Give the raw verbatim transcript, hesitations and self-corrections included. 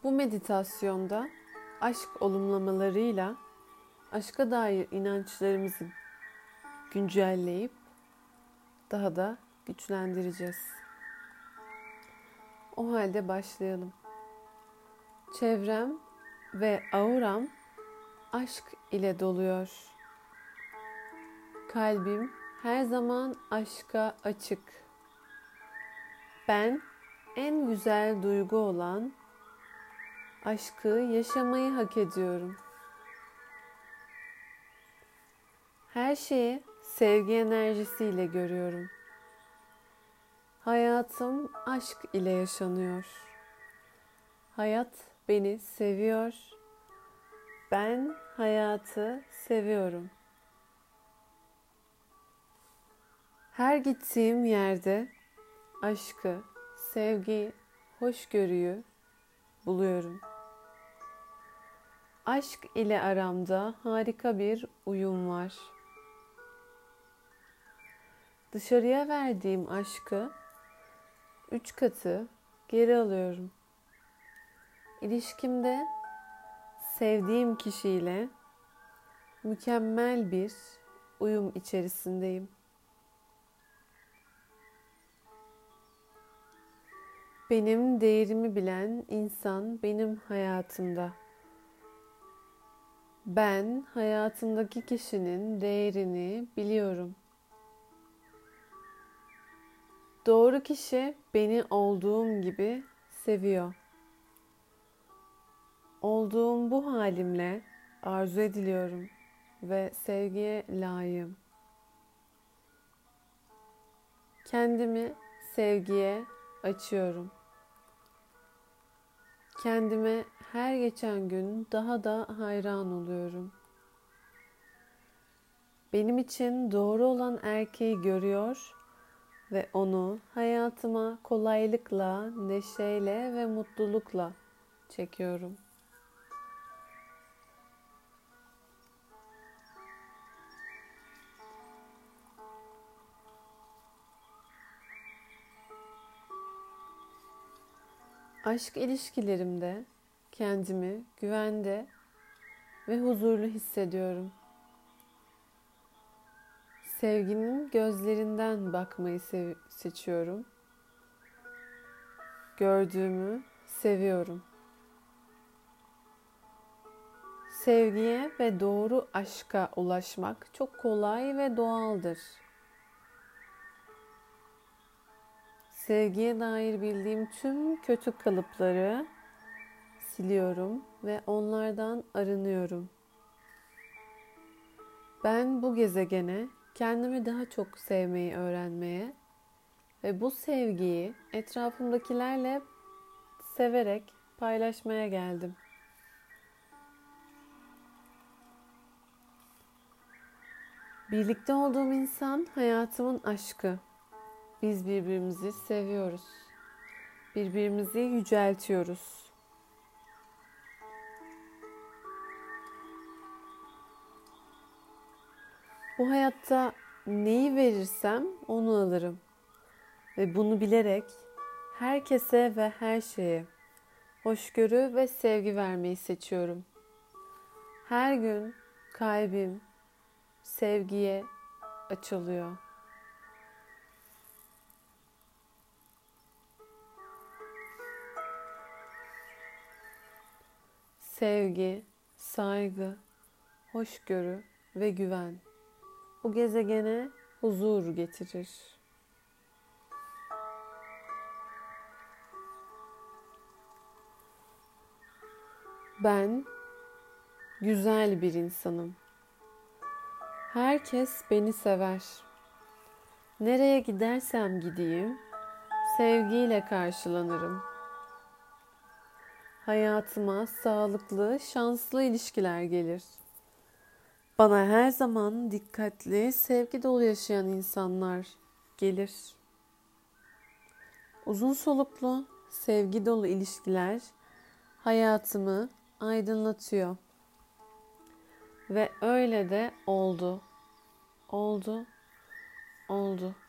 Bu meditasyonda aşk olumlamalarıyla aşka dair inançlarımızı güncelleyip daha da güçlendireceğiz. O halde başlayalım. Çevrem ve auram aşk ile doluyor. Kalbim her zaman aşka açık. Ben en güzel duygu olan aşkı yaşamayı hak ediyorum. Her şeyi sevgi enerjisiyle görüyorum. Hayatım aşk ile yaşanıyor. Hayat beni seviyor. Ben hayatı seviyorum. Her gittiğim yerde aşkı, sevgiyi, hoşgörüyü buluyorum. Aşk ile aramda harika bir uyum var. Dışarıya verdiğim aşkı üç katı geri alıyorum. İlişkimde sevdiğim kişiyle mükemmel bir uyum içerisindeyim. Benim değerimi bilen insan benim hayatımda. Ben hayatımdaki kişinin değerini biliyorum. Doğru kişi beni olduğum gibi seviyor. Olduğum bu halimle arzu ediliyorum ve sevgiye layığım. Kendimi sevgiye açıyorum. Kendime her geçen gün daha da hayran oluyorum. Benim için doğru olan erkeği görüyor ve onu hayatıma kolaylıkla, neşeyle ve mutlulukla çekiyorum. Aşk ilişkilerimde kendimi güvende ve huzurlu hissediyorum. Sevginin gözlerinden bakmayı sev- seçiyorum. Gördüğümü seviyorum. Sevgiye ve doğru aşka ulaşmak çok kolay ve doğaldır. Sevgiye dair bildiğim tüm kötü kalıpları siliyorum ve onlardan arınıyorum. Ben bu gezegene kendimi daha çok sevmeyi öğrenmeye ve bu sevgiyi etrafımdakilerle severek paylaşmaya geldim. Birlikte olduğum insan hayatımın aşkı. Biz birbirimizi seviyoruz. Birbirimizi yüceltiyoruz. Bu hayatta neyi verirsem onu alırım. Ve bunu bilerek herkese ve her şeye hoşgörü ve sevgi vermeyi seçiyorum. Her gün kalbim sevgiye açılıyor. Sevgi, saygı, hoşgörü ve güven bu gezegene huzur getirir. Ben güzel bir insanım. Herkes beni sever. Nereye gidersem gideyim, sevgiyle karşılanırım. Hayatıma sağlıklı, şanslı ilişkiler gelir. Bana her zaman dikkatli, sevgi dolu yaşayan insanlar gelir. Uzun soluklu, sevgi dolu ilişkiler hayatımı aydınlatıyor. Ve öyle de oldu. Oldu. Oldu.